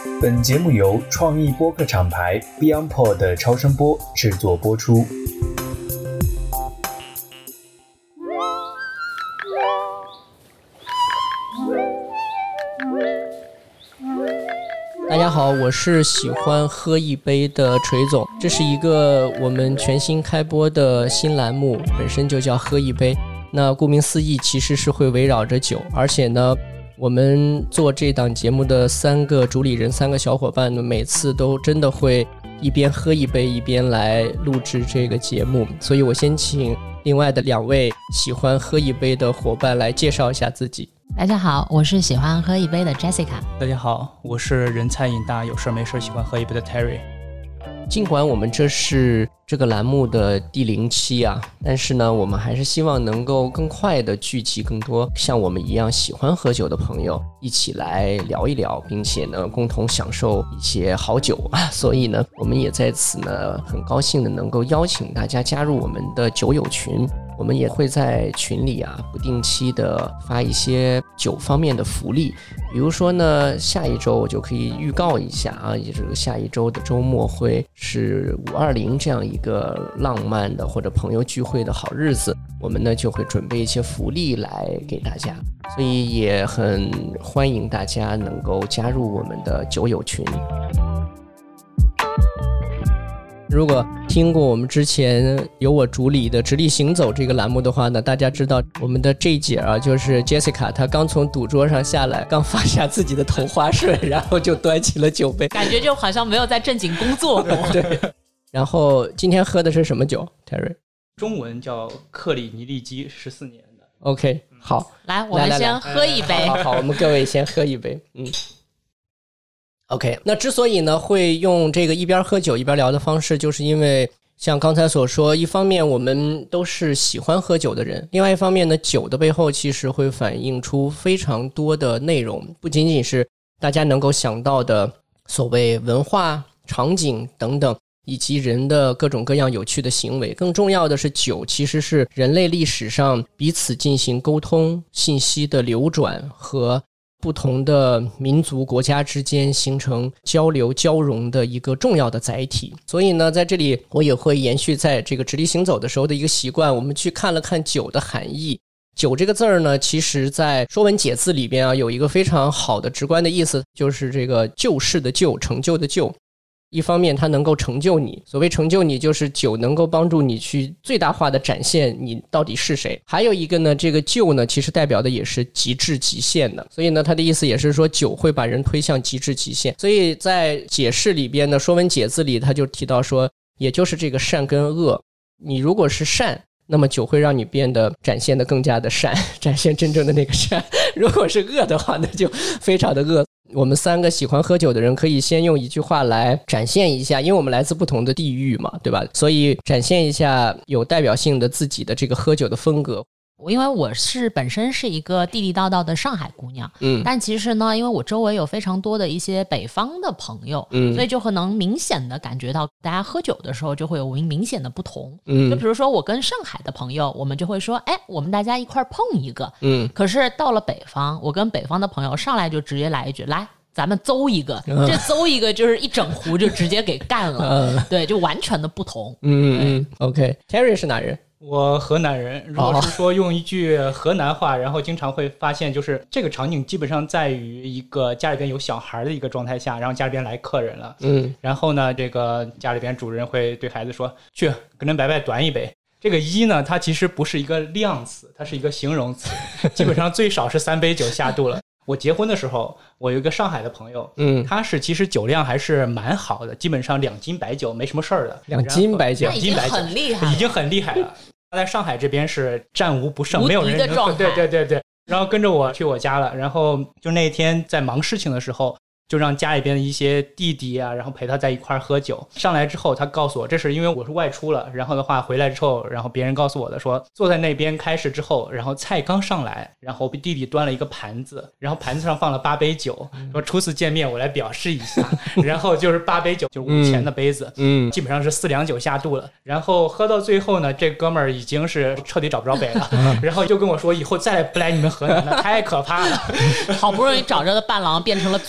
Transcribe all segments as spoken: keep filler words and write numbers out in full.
本节目由创意播客厂牌 BeyondPod 的超声波制作播出。 大家好，我是喜欢喝一杯的锤总，这是一个我们全新开播的新栏目，本身就叫喝一杯。那顾名思义，其实是会围绕着酒，而且呢，我们做这档节目的三个主理人，三个小伙伴呢，每次都真的会一边喝一杯，一边来录制这个节目。所以我先请另外的两位喜欢喝一杯的伙伴来介绍一下自己。 大家好，我是喜欢喝一杯的 Jessica。 大家好，我是人菜瘾大有事没事喜欢喝一杯的 Terry。 尽管我们这是这个栏目的第零期啊，但是呢，我们还是希望能够更快的聚集更多像我们一样喜欢喝酒的朋友，一起来聊一聊，并且呢，共同享受一些好酒啊。所以呢，我们也在此呢，很高兴的能够邀请大家加入我们的酒友群。我们也会在群里啊，不定期的发一些酒方面的福利，比如说呢，下一周我就可以预告一下啊，也就是下一周的周末会是五二零这样一个浪漫的或者朋友聚会的好日子，我们呢就会准备一些福利来给大家，所以也很欢迎大家能够加入我们的酒友群。如果听过我们之前由我主理的直立行走这个栏目的话呢，大家知道我们的这姐啊，就是 Jessica， 她刚从赌桌上下来，刚发下自己的头花顺，然后就端起了酒杯， 感觉就好像没有在正经工作过。 对，然后今天喝的是什么酒 Terry？ 中文叫克里尼利基十四年的。 OK， 好， 来我们先喝一杯。 好好好，我们各位先喝一杯。嗯OK， 那之所以呢会用这个一边喝酒一边聊的方式，就是因为像刚才所说，一方面我们都是喜欢喝酒的人，另外一方面呢，酒的背后其实会反映出非常多的内容，不仅仅是大家能够想到的所谓文化、场景等等，以及人的各种各样有趣的行为，更重要的是酒其实是人类历史上彼此进行沟通、信息的流转和不同的民族国家之间形成交流交融的一个重要的载体。所以呢，在这里我也会延续在这个直立行走的时候的一个习惯，我们去看了看酒的含义。酒这个字儿呢，其实在说文解字里边啊，有一个非常好的直观的意思，就是这个救世的救，成就的就。一方面它能够成就你，所谓成就你就是酒能够帮助你去最大化的展现你到底是谁。还有一个呢，这个就呢其实代表的也是极致极限的，所以呢它的意思也是说酒会把人推向极致极限。所以在解释里边呢，说文解字里他就提到说，也就是这个善跟恶，你如果是善，那么酒会让你变得展现得更加的善，展现真正的那个善。如果是恶的话，那就非常的恶。我们三个喜欢喝酒的人可以先用一句话来展现一下，因为我们来自不同的地域嘛，对吧？所以展现一下有代表性的自己的这个喝酒的风格。 因为我是本身是一个地地道道的上海姑娘， 嗯， 但其实呢，因为我周围有非常多的一些北方的朋友，嗯，所以就很能明显的感觉到大家喝酒的时候就会有明显的不同，嗯，就比如说我跟上海的朋友，我们就会说，哎，我们大家一块碰一个，嗯，可是到了北方，我跟北方的朋友上来就直接来一句，来咱们邹一个，嗯，这邹一个就是一整壶就直接给干了，嗯，对，就完全的不同。 嗯嗯 OK， Terry 是哪人？ 我河南人。如果是说用一句河南话，然后经常会发现就是这个场景基本上在于一个家里边有小孩的一个状态下，然后家里边来客人了，嗯，然后呢这个家里边主人会对孩子说，去跟人白白端一杯。这个一呢，它其实不是一个量词，它是一个形容词，基本上最少是三杯酒下肚了。我结婚的时候，我有一个上海的朋友，嗯，他是其实酒量还是蛮好的，基本上两斤白酒没什么事儿的。 两斤白酒， 那已经很厉害了， 已经很厉害了。他在上海这边是战无不胜，没有人的状态。 对对对对。然后跟着我去我家了，然后就那天在忙事情的时候，就让家里边的一些弟弟啊，然后陪他在一块喝酒。上来之后他告诉我，这是因为我是外出了，然后的话回来之后，然后别人告诉我的说，坐在那边开始之后，然后菜刚上来，然后弟弟端了一个盘子，然后盘子上放了八杯酒，说初次见面我来表示一下，然后就是八杯酒，就是五钱的杯子，嗯，基本上是四两酒下肚了。然后喝到最后呢，这哥们儿已经是彻底找不着北了，然后就跟我说，以后再不来你们河南了，太可怕了。 好不容易找着的伴郎变成了醉郎。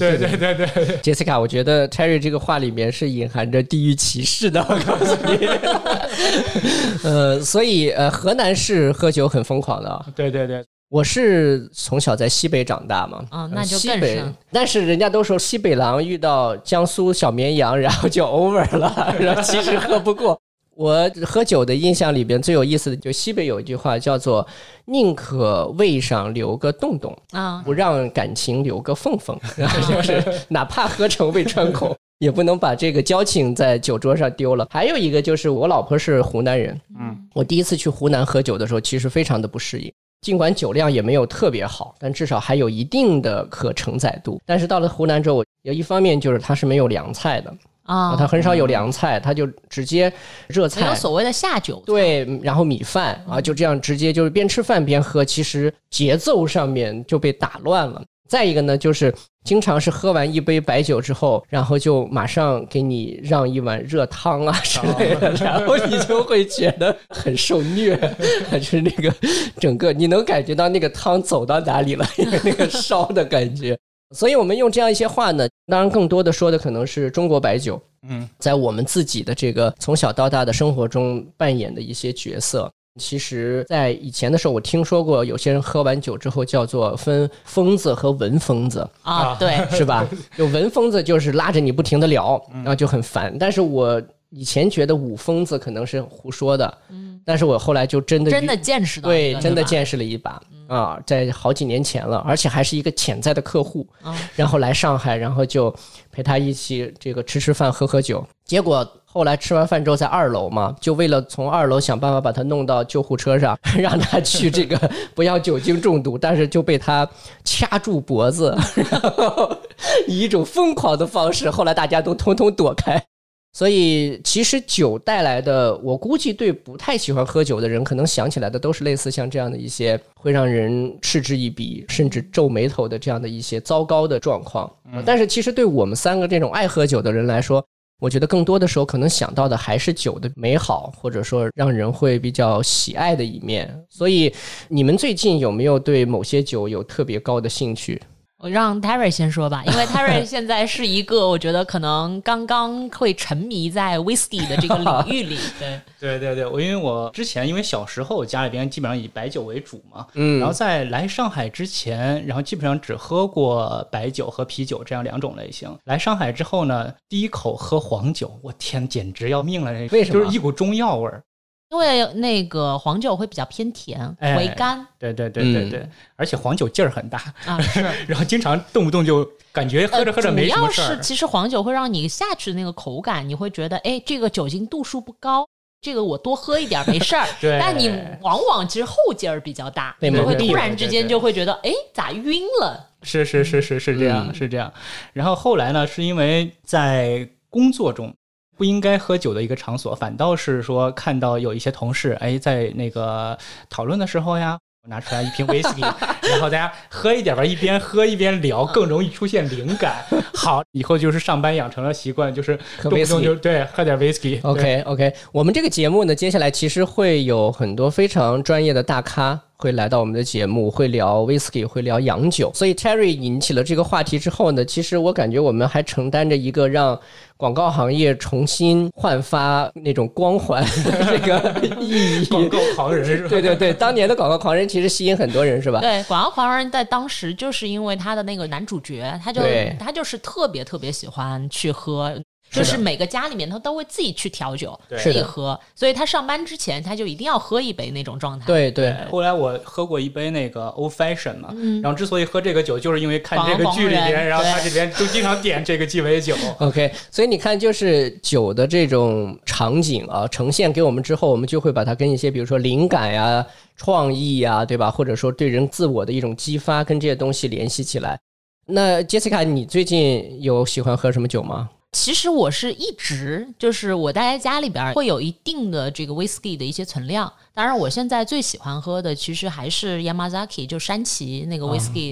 对对对对对。 杰西卡，我觉得 Terry 这个话里面是隐含着地域歧视的，我告诉你。呃，所以呃，河南是喝酒很疯狂的。 对对对。 我是从小在西北长大嘛， 啊、哦，那就更是。 但是人家都说西北狼遇到江苏小绵羊，然后就 over 了，然后其实喝不过。我喝酒的印象里边最有意思的，就西北有一句话叫做“宁可胃上留个洞洞，啊，不让感情留个缝缝”，然后就是哪怕喝成胃穿孔，也不能把这个交情在酒桌上丢了。还有一个就是我老婆是湖南人，嗯，我第一次去湖南喝酒的时候，其实非常的不适应。尽管酒量也没有特别好，但至少还有一定的可承载度。但是到了湖南之后，有一方面就是它是没有凉菜的啊，它很少有凉菜，它就直接热菜， 没有所谓的下酒菜， 对，然后米饭啊，就这样直接就是边吃饭边喝，其实节奏上面就被打乱了。再一个呢，就是经常是喝完一杯白酒之后，然后就马上给你让一碗热汤啊之类的，然后你就会觉得很受虐，就是那个整个你能感觉到那个汤走到哪里了，因为那个烧的感觉。所以我们用这样一些话呢，当然更多的说的可能是中国白酒，嗯，在我们自己的这个从小到大的生活中扮演的一些角色。其实在以前的时候我听说过有些人喝完酒之后叫做分疯子和文疯子啊，对， 是吧？有文疯子就是拉着你不停的聊，然后就很烦。但是我以前觉得武疯子可能是胡说的，嗯，但是我后来就真的真的见识到， 对，真的见识了一把啊，在好几年前了，而且还是一个潜在的客户，然后来上海，然后就陪他一起这个吃吃饭喝喝酒，结果后来吃完饭之后在二楼嘛，就为了从二楼想办法把他弄到救护车上，让他去这个不要酒精中毒，但是就被他掐住脖子，然后以一种疯狂的方式，后来大家都通通躲开。所以其实酒带来的，我估计对不太喜欢喝酒的人可能想起来的都是类似像这样的一些会让人嗤之以鼻甚至皱眉头的这样的一些糟糕的状况，嗯，但是其实对我们三个这种爱喝酒的人来说，我觉得更多的时候可能想到的还是酒的美好，或者说让人会比较喜爱的一面。所以你们最近有没有对某些酒有特别高的兴趣？ 我让 Terry 先说吧，因为 Terry 现在是一个我觉得可能刚刚会沉迷在 whisky 的这个领域里。对对对对，我因为我之前因为小时候家里边基本上以白酒为主嘛，嗯，然后在来上海之前，然后基本上只喝过白酒和啤酒这样两种类型。来上海之后呢，第一口喝黄酒，我天，简直要命了！ 为什么？ 就是一股中药味儿。 因为那个黄酒会比较偏甜，回甘， 哎，对对对对对，嗯，而且黄酒劲儿很大啊，是， 然后经常动不动就感觉喝着喝着没什么事儿，呃。 主要是其实黄酒会让你下去的那个口感，你会觉得，哎，这个酒精度数不高，这个我多喝一点没事儿。 对， 但你往往其实后劲儿比较大，你会突然之间就会觉得，哎，咋晕了？ 是是是是是这样，嗯，是这样。然后后来呢，是因为在工作中不应该喝酒的一个场所，反倒是说看到有一些同事，哎，在那个讨论的时候呀，拿出来一瓶威士忌，然后大家喝一点吧，一边喝一边聊，更容易出现灵感。好，以后就是上班养成了习惯，就是动不动就对喝点威士忌。 OK OK， 我们这个节目呢，接下来其实会有很多非常专业的大咖会来到我们的节目，会聊 whisky， 会聊洋酒。所以 Terry 引起了这个话题之后呢，其实我感觉我们还承担着一个让广告行业重新焕发那种光环的这个意义。 广告狂人是吧？ 对对对，当年的广告狂人其实吸引很多人，是吧？ 对，广告狂人在当时就是因为他的那个男主角，他就他就是特别特别喜欢去喝。就是每个家里面他都会自己去调酒，自己喝，所以他上班之前他就一定要喝一杯那种状态。 对对。 后来我喝过一杯那个 Old Fashion 嘛，嗯，然后之所以喝这个酒，就是因为看这个剧里边，然后他这边都经常点这个鸡尾酒。 OK， 所以你看，就是酒的这种场景啊，呈现给我们之后，我们就会把它跟一些比如说灵感呀、创意呀，对吧？或者说对人自我的一种激发，跟这些东西联系起来。那 Jessica， 你最近有喜欢喝什么酒吗？ 其实我是一直就是我待在家里边会有一定的这个 whisky 的一些存量，当然我现在最喜欢喝的其实还是 Yamazaki， 就山崎那个 whisky，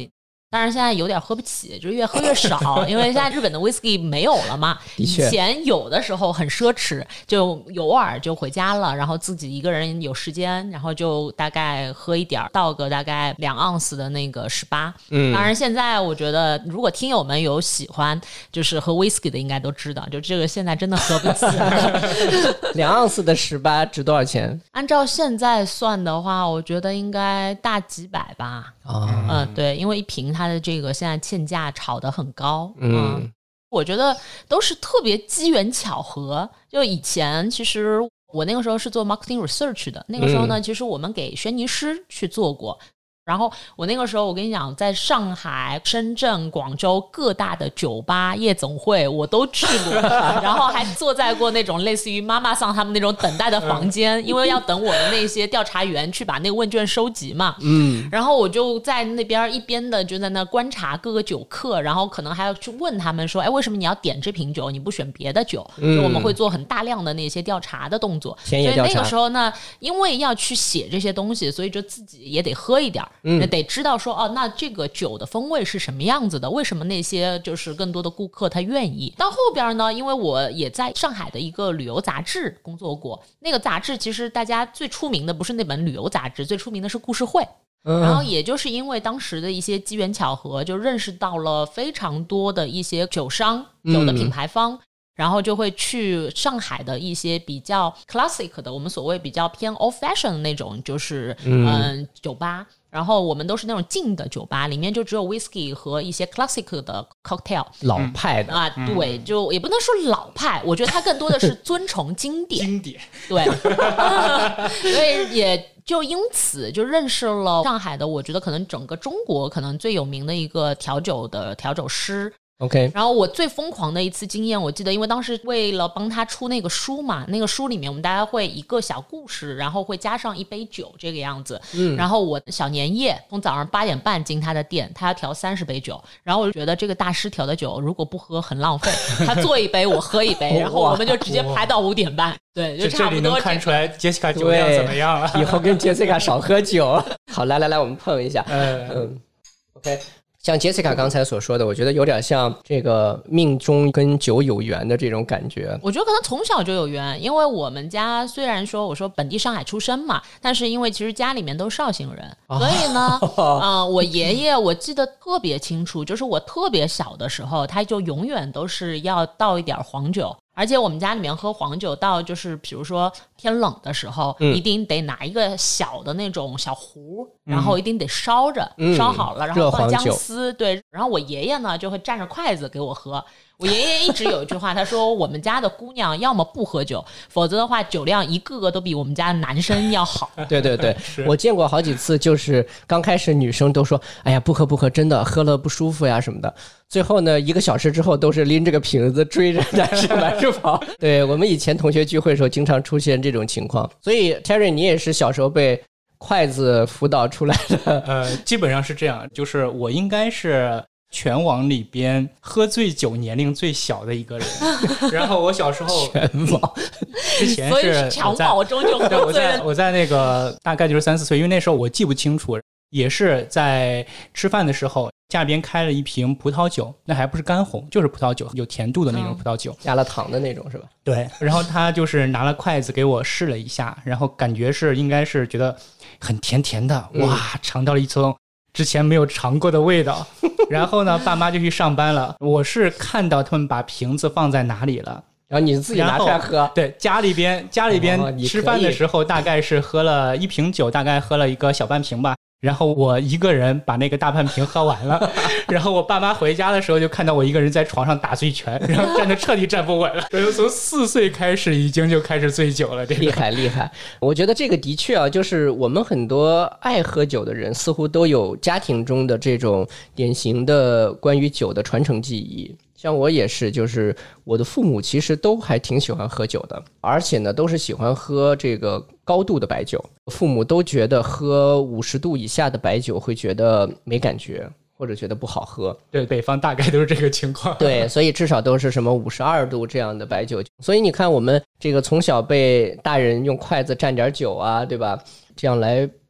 当然现在有点喝不起，就是越喝越少，因为现在日本的 whisky 没有了嘛。以前有的时候很奢侈，就偶尔就回家了，然后自己一个人有时间，然后就大概喝一点，倒个大概两盎司的那个十八。嗯，当然现在我觉得，如果听友们有喜欢就是喝 whisky 的，应该都知道，就这个现在真的喝不起。 两盎司的十八值多少钱？ 按照现在算的话，我觉得应该大几百吧。 哦、 嗯，对，因为一瓶它的这个现在欠价炒得很高。嗯，嗯我觉得都是特别机缘巧合。就以前其实我那个时候是做 marketing research 的，那个时候呢，嗯、其实我们给轩尼诗去做过。然后我那个时候我跟你讲，在上海、深圳、广州各大的酒吧夜总会我都去过，然后还坐在过那种类似于妈妈桑他们那种等待的房间，因为要等我们那些调查员去把那个问卷收集嘛。嗯，然后我就在那边一边的就在那观察各个酒客，然后可能还要去问他们说，哎，为什么你要点这瓶酒，你不选别的酒？嗯、就我们会做很大量的那些调查的动作。 田野调查。 所以那个时候呢，因为要去写这些东西，所以就自己也得喝一点。嗯，得知道说哦，那这个酒的风味是什么样子的？为什么那些就是更多的顾客他愿意？到后边呢，因为我也在上海的一个旅游杂志工作过，那个杂志其实大家最出名的不是那本旅游杂志，最出名的是故事会。嗯、然后也就是因为当时的一些机缘巧合，就认识到了非常多的一些酒商、酒的品牌方。嗯，然后就会去上海的一些比较 classic 的，我们所谓比较偏 old fashion 的那种，就是嗯、呃、酒吧。然后我们都是那种静的酒吧，里面就只有 whisky 和一些 classic 的 cocktail， 老派的、 嗯、啊，对，就也不能说老派，我觉得它更多的是尊崇经典， 经典， 对，所以也就因此就认识了上海的，我觉得可能整个中国可能最有名的一个调酒的调酒师。 OK， 然后我最疯狂的一次经验，我记得，因为当时为了帮他出那个书嘛，那个书里面我们大家会一个小故事，然后会加上一杯酒这个样子。嗯，然后我小年夜从早上八点半进他的店，他要调三十杯酒，然后我就觉得这个大师调的酒如果不喝很浪费，他做一杯我喝一杯，然后我们就直接拍到五点半。对，就差不多。这里能看出来杰西卡酒量怎么样了。 以后跟杰西卡少喝酒。好，来来来，我们碰一下。嗯嗯 ，OK。像杰西卡刚才所说的，我觉得有点像这个命中跟酒有缘的这种感觉。 我觉得可能从小就有缘，因为我们家虽然说我说本地上海出身嘛，但是因为其实家里面都是绍兴人，哦、所以呢，呃，我爷爷我记得特别清楚，就是我特别小的时候，他就永远都是要倒一点黄酒。而且我们家里面喝黄酒到就是比如说天冷的时候、嗯、一定得拿一个小的那种小壶、嗯、然后一定得烧着、嗯、烧好了然后放姜丝，对，然后我爷爷呢就会蘸着筷子给我喝。我爷爷一直有一句话，他说我们家的姑娘要么不喝酒，否则的话酒量一个个都比我们家男生要好。 对对对，我见过好几次，就是刚开始女生都说哎呀不喝不喝，真的喝了不舒服呀什么的，最后呢一个小时之后都是拎着个瓶子追着男生满处跑。对，我们以前同学聚会的时候经常出现这种情况。所以 Terry 你也是小时候被筷子辅导出来的？ 呃，基本上是这样，就是我应该是全网里边喝醉酒年龄最小的一个人。然后我小时候全网之前所以是襁褓中就喝醉了。 我在我在那个大概就是三四岁，因为那时候我记不清楚，也是在吃饭的时候家里边开了一瓶葡萄酒，那还不是干红，就是葡萄酒，有甜度的那种葡萄酒、 嗯、加了糖的那种是吧？ 对，然后他就是拿了筷子给我试了一下，然后感觉是应该是觉得很甜甜的，哇，尝到了一层之前没有尝过的味道。然后呢爸妈就去上班了，我是看到他们把瓶子放在哪里了， 然后你自己拿出来喝。 对，家里边家里边吃饭的时候大概是喝了一瓶酒，大概喝了一个小半瓶吧，然后我一个人把那个大半瓶喝完了。然后我爸妈回家的时候就看到我一个人在床上打醉拳，然后站得彻底站不稳了。所以从四岁开始已经就开始醉酒了。这个厉害厉害。我觉得这个的确啊，就是我们很多爱喝酒的人似乎都有家庭中的这种典型的关于酒的传承记忆。像我也是，就是我的父母其实都还挺喜欢喝酒的，而且呢都是喜欢喝这个高度的白酒。父母都觉得喝五十度以下的白酒会觉得没感觉，或者觉得不好喝。 对，北方大概都是这个情况。 对，所以至少都是什么五十二度这样的白酒。所以你看我们这个从小被大人用筷子蘸点酒啊，对吧，这样来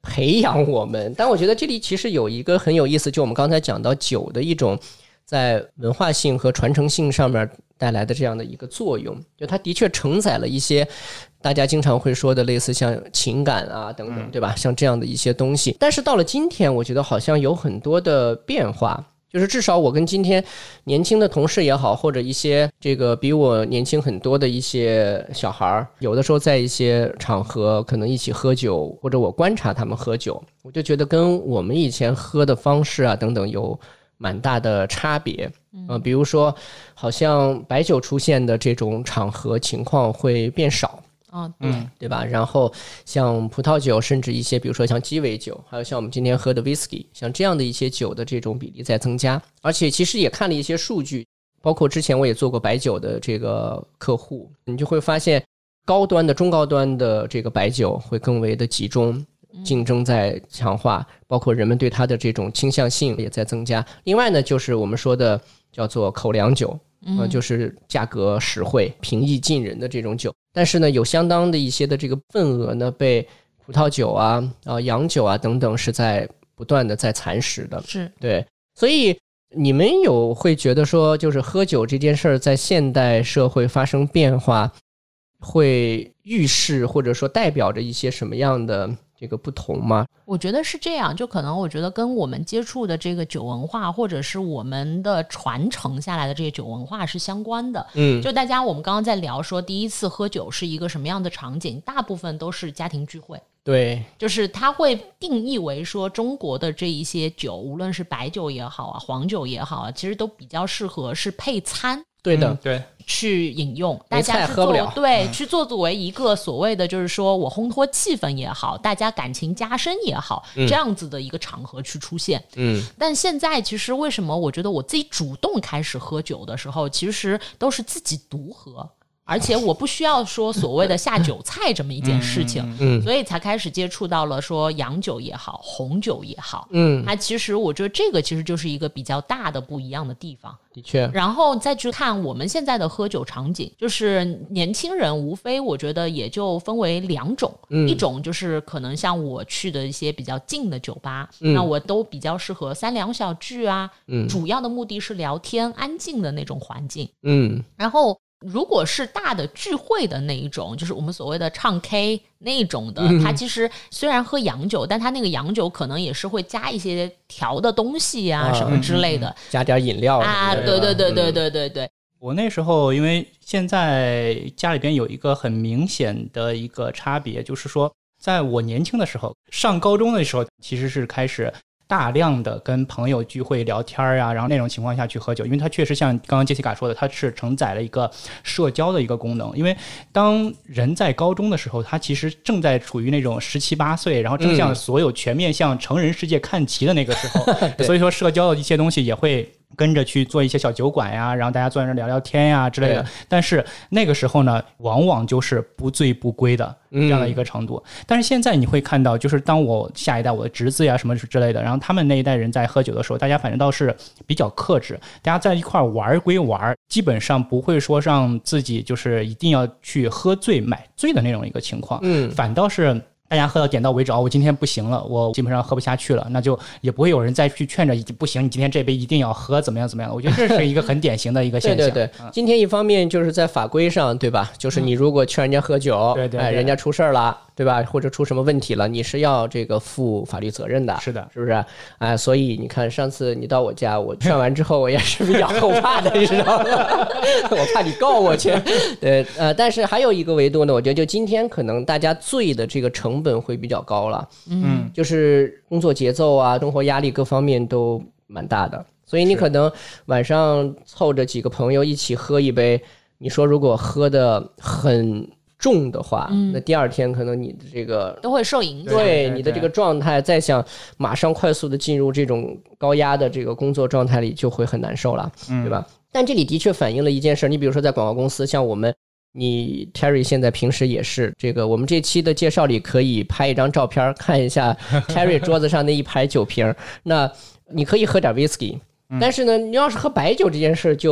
培养我们。但我觉得这里其实有一个很有意思，就我们刚才讲到酒的一种在文化性和传承性上面带来的这样的一个作用，就它的确承载了一些大家经常会说的类似像情感啊等等，对吧？像这样的一些东西。但是到了今天，我觉得好像有很多的变化，就是至少我跟今天年轻的同事也好，或者一些这个比我年轻很多的一些小孩，有的时候在一些场合可能一起喝酒，或者我观察他们喝酒，我就觉得跟我们以前喝的方式啊等等有蛮大的差别。呃，比如说好像白酒出现的这种场合情况会变少。 啊、哦，对， 对吧？然后像葡萄酒，甚至一些比如说像鸡尾酒，还有像我们今天喝的 whisky， 像这样的一些酒的这种比例在增加。而且其实也看了一些数据，包括之前我也做过白酒的这个客户，你就会发现高端的、中高端的这个白酒会更为的集中，竞争在强化，包括人们对它的这种倾向性也在增加。另外呢，就是我们说的叫做口粮酒。呃，就是价格实惠、平易近人的这种酒，但是呢，有相当的一些的这个份额呢，被葡萄酒啊、啊洋酒啊等等是在不断的在蚕食的。 是， 对，所以你们有会觉得说，就是喝酒这件事儿在现代社会发生变化，会预示或者说代表着一些什么样的这个不同吗？ 我觉得是这样，就可能我觉得跟我们接触的这个酒文化，或者是我们的传承下来的这个酒文化是相关的。嗯，就大家我们刚刚在聊说第一次喝酒是一个什么样的场景，大部分都是家庭聚会。 对， 就是它会定义为说中国的这一些酒，无论是白酒也好啊，黄酒也好啊，其实都比较适合是配餐。 对的， 嗯、对， 去饮用，大家是做对、嗯、去做作为一个所谓的就是说我烘托气氛也好，大家感情加深也好、嗯、这样子的一个场合去出现。嗯，但现在其实为什么我觉得我自己主动开始喝酒的时候，其实都是自己独喝。而且我不需要说所谓的下酒菜这么一件事情，嗯，所以才开始接触到了说洋酒也好，红酒也好，嗯，它其实我觉得这个其实就是一个比较大的不一样的地方， 的确。 然后再去看我们现在的喝酒场景，就是年轻人无非我觉得也就分为两种，嗯，一种就是可能像我去的一些比较近的酒吧，嗯，那我都比较适合三两小聚啊，嗯，主要的目的是聊天，安静的那种环境，嗯，然后。如果是大的聚会的那一种，就是我们所谓的唱 K 那种的，它其实虽然喝洋酒，但它那个洋酒可能也是会加一些调的东西啊、嗯、什么之类的， 加点饮料啊，对对对对对对对。嗯、 我那时候因为现在家里边有一个很明显的一个差别，就是说在我年轻的时候，上高中的时候，其实是开始大量的跟朋友聚会聊天啊，然后那种情况下去喝酒，因为它确实像刚刚杰西卡说的，它是承载了一个社交的一个功能。因为当人在高中的时候，他其实正在处于那种十七八岁，然后正向所有全面向成人世界看齐的那个时候，嗯、所以说社交的一些东西也会跟着去做一些小酒馆呀，然后大家坐在那聊聊天呀之类的。但是那个时候呢，往往就是不醉不归的这样的一个程度。嗯、但是现在你会看到，就是当我下一代我的侄子呀什么之类的，然后他们那一代人在喝酒的时候，大家反正倒是比较克制，大家在一块玩归玩，基本上不会说让自己就是一定要去喝醉买醉的那种一个情况。嗯，反倒是大家喝到点到为止，哦，我今天不行了，我基本上喝不下去了，那就也不会有人再去劝着不行，你今天这杯一定要喝，怎么样怎么样。我觉得这是一个很典型的一个现象。 对对对，嗯、今天一方面就是在法规上，对吧？就是你如果劝人家喝酒，嗯、对对对哎，人家出事了，对吧？或者出什么问题了，你是要这个负法律责任的。 是的， 是不是？哎，所以你看，上次你到我家，我劝完之后，我也是比较后怕的，你知道吗？我怕你告我去。对，呃，但是还有一个维度呢，我觉得就今天可能大家醉的这个成本会比较高了，嗯，就是工作节奏啊、生活压力各方面都蛮大的，所以你可能晚上凑着几个朋友一起喝一杯，你说如果喝的很重的话，嗯、那第二天可能你的这个都会受影响， 对你的这个状态，再想马上快速的进入这种高压的这个工作状态里，就会很难受了，嗯、对吧？但这里的确反映了一件事，你比如说在广告公司，像我们。你 Terry 现在平时也是这个，我们这期的介绍里可以拍一张照片，看一下 Terry 桌子上那一排酒瓶。那你可以喝点 whisky，、嗯、但是呢，你要是喝白酒这件事就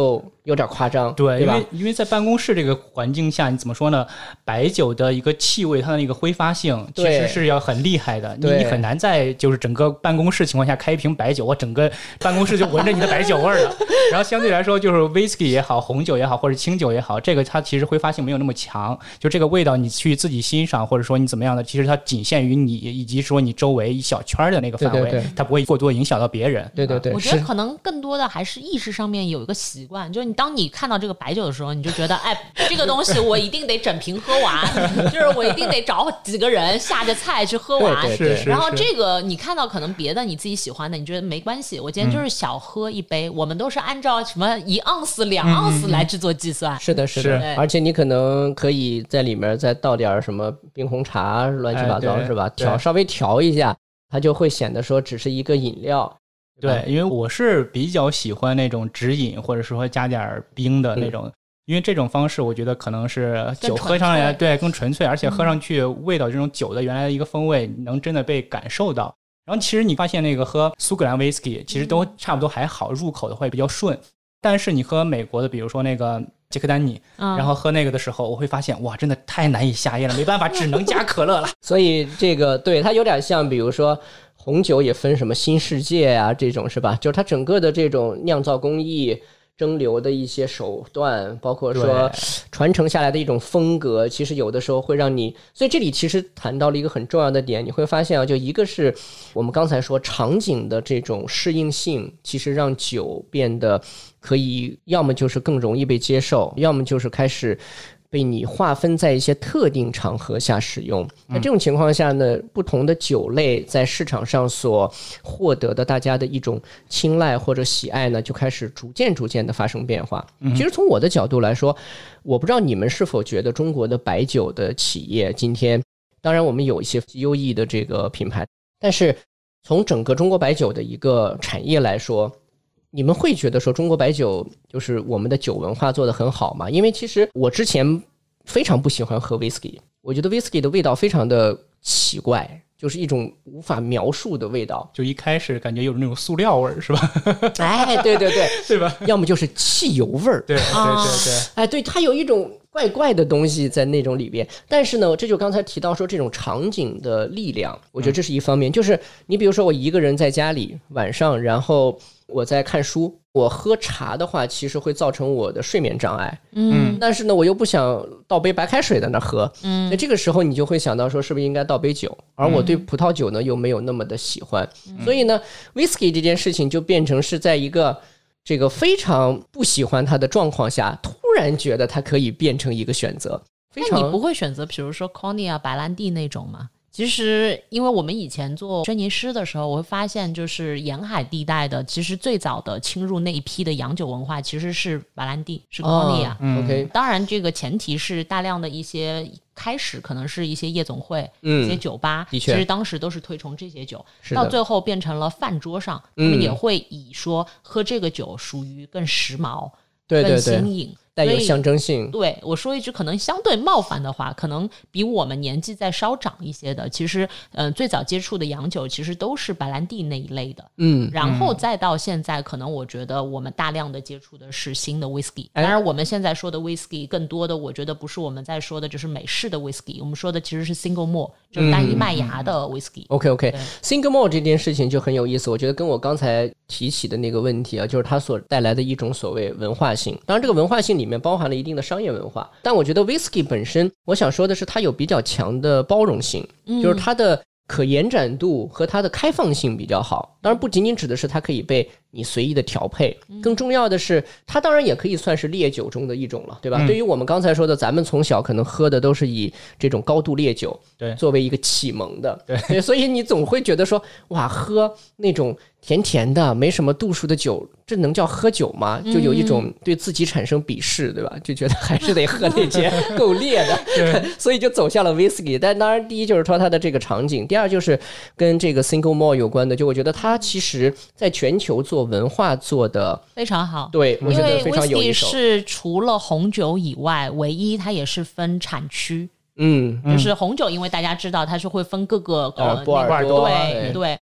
有点夸张， 对， 对吧？ 因为因为在办公室这个环境下，你怎么说呢？白酒的一个气味，它的一个挥发性其实是要很厉害的，你你很难在就是整个办公室情况下开一瓶白酒，我整个办公室就闻着你的白酒味了。然后相对来说，就是 whisky 也好，红酒也好，或者清酒也好，这个它其实挥发性没有那么强，就这个味道你去自己欣赏，或者说你怎么样的，其实它仅限于你以及说你周围一小圈的那个范围， 对对对， 它不会过多影响到别人。 对对对， 我觉得可能更多的还是意识上面有一个习惯，就是你当你看到这个白酒的时候，你就觉得哎，这个东西我一定得整瓶喝完，就是我一定得找几个人下着菜去喝完。 对对对， 然后这个你看到可能别的你自己喜欢的，你觉得没关系，我今天就是小喝一杯，嗯、我们都是按照什么一盎司、两盎司来制作计算。嗯、 是的，是的，而且你可能可以在里面再倒点什么冰红茶，乱七八糟、哎、是吧？调稍微调一下，它就会显得说只是一个饮料。 对，因为我是比较喜欢那种直饮，或者说加点冰的那种。嗯，因为这种方式我觉得可能是酒喝上来对更纯粹，而且喝上去味道这种酒的原来的一个风味能真的被感受到。然后其实你发现那个喝苏格兰 whisky 其实都差不多还好，入口的会比较顺，但是你喝美国的比如说那个杰克丹尼、嗯、然后喝那个的时候我会发现哇真的太难以下咽了，没办法只能加可乐了。 所以这个对它有点像比如说红酒也分什么新世界啊这种是吧，就是它整个的这种酿造工艺蒸馏的一些手段，包括说传承下来的一种风格，其实有的时候会让你，所以这里其实谈到了一个很重要的点，你会发现啊，就一个是我们刚才说场景的这种适应性，其实让酒变得可以要么就是更容易被接受，要么就是开始被你划分在一些特定场合下使用。那这种情况下呢，不同的酒类在市场上所获得的大家的一种青睐或者喜爱呢，就开始逐渐逐渐的发生变化。其实从我的角度来说，我不知道你们是否觉得中国的白酒的企业今天，当然我们有一些优异的这个品牌，但是从整个中国白酒的一个产业来说，你们会觉得说中国白酒就是我们的酒文化做得很好吗？因为其实我之前非常不喜欢喝 whisky， 我觉得 whisky 的味道非常的奇怪，就是一种无法描述的味道， 就一开始感觉有那种塑料味是吧？ 哎，对对对， 对吧？ 要么就是汽油味儿， 对对对对， 哎，对，它有一种怪怪的东西在那种里边。但是呢，这就刚才提到说这种场景的力量，我觉得这是一方面。嗯、就是你比如说我一个人在家里晚上，然后我在看书，我喝茶的话其实会造成我的睡眠障碍，嗯，但是呢我又不想倒杯白开水在那喝，嗯，那这个时候你就会想到说是不是应该倒杯酒，而我对葡萄酒呢又没有那么的喜欢，嗯、所以呢 whisky 这件事情就变成是在一个这个非常不喜欢它的状况下，突然觉得它可以变成一个选择。非常， 那你不会选择比如说 Conny 啊白兰地那种吗？其实因为我们以前做轩尼诗的时候，我会发现就是沿海地带的其实最早的侵入那一批的洋酒文化其实是白兰地，是 Conny 啊、 哦、OK， 当然这个前提是大量的一些开始可能是一些夜总会、嗯、一些酒吧，其实当时都是推崇这些酒，到最后变成了饭桌上他们也会以说喝这个酒属于更时髦、 对对对， 更新颖， 带有象征性。 对，我说一句可能相对冒犯的话，可能比我们年纪再稍长一些的，其实呃最早接触的洋酒其实都是白兰地那一类的，嗯，然后再到现在可能我觉得我们大量的接触的是新的 whisky， 当然我们现在说的 whisky 更多的我觉得不是我们在说的就是美式的 whisky， 我们说的其实是 single malt， 就是单一麦芽的 whisky、嗯、 OK OK， single malt 这件事情就很有意思，我觉得跟我刚才提起的那个问题啊，就是它所带来的一种所谓文化性，当然这个文化性里面包含了一定的商业文化，但我觉得 whisky 本身我想说的是它有比较强的包容性、嗯、就是它的可延展度和它的开放性比较好，当然不仅仅指的是它可以被你随意的调配，更重要的是它当然也可以算是烈酒中的一种了，对吧、嗯、对于我们刚才说的咱们从小可能喝的都是以这种高度烈酒对作为一个启蒙的， 对, 对，所以你总会觉得说哇喝那种甜甜的没什么度数的酒这能叫喝酒吗？就有一种对自己产生鄙视，对吧？就觉得还是得喝那些够烈的对所以就走向了 whisky。 但当然第一就是说它的这个场景，第二就是跟这个 single malt 有关的，就我觉得它其实在全球做文化做的非常好， 对，我觉得非常有一手。 因为 whisky 是除了红酒以外唯一它也是分产区， 嗯， 就是红酒因为大家知道它是会分各个、 呃、波尔多， 对 对, 对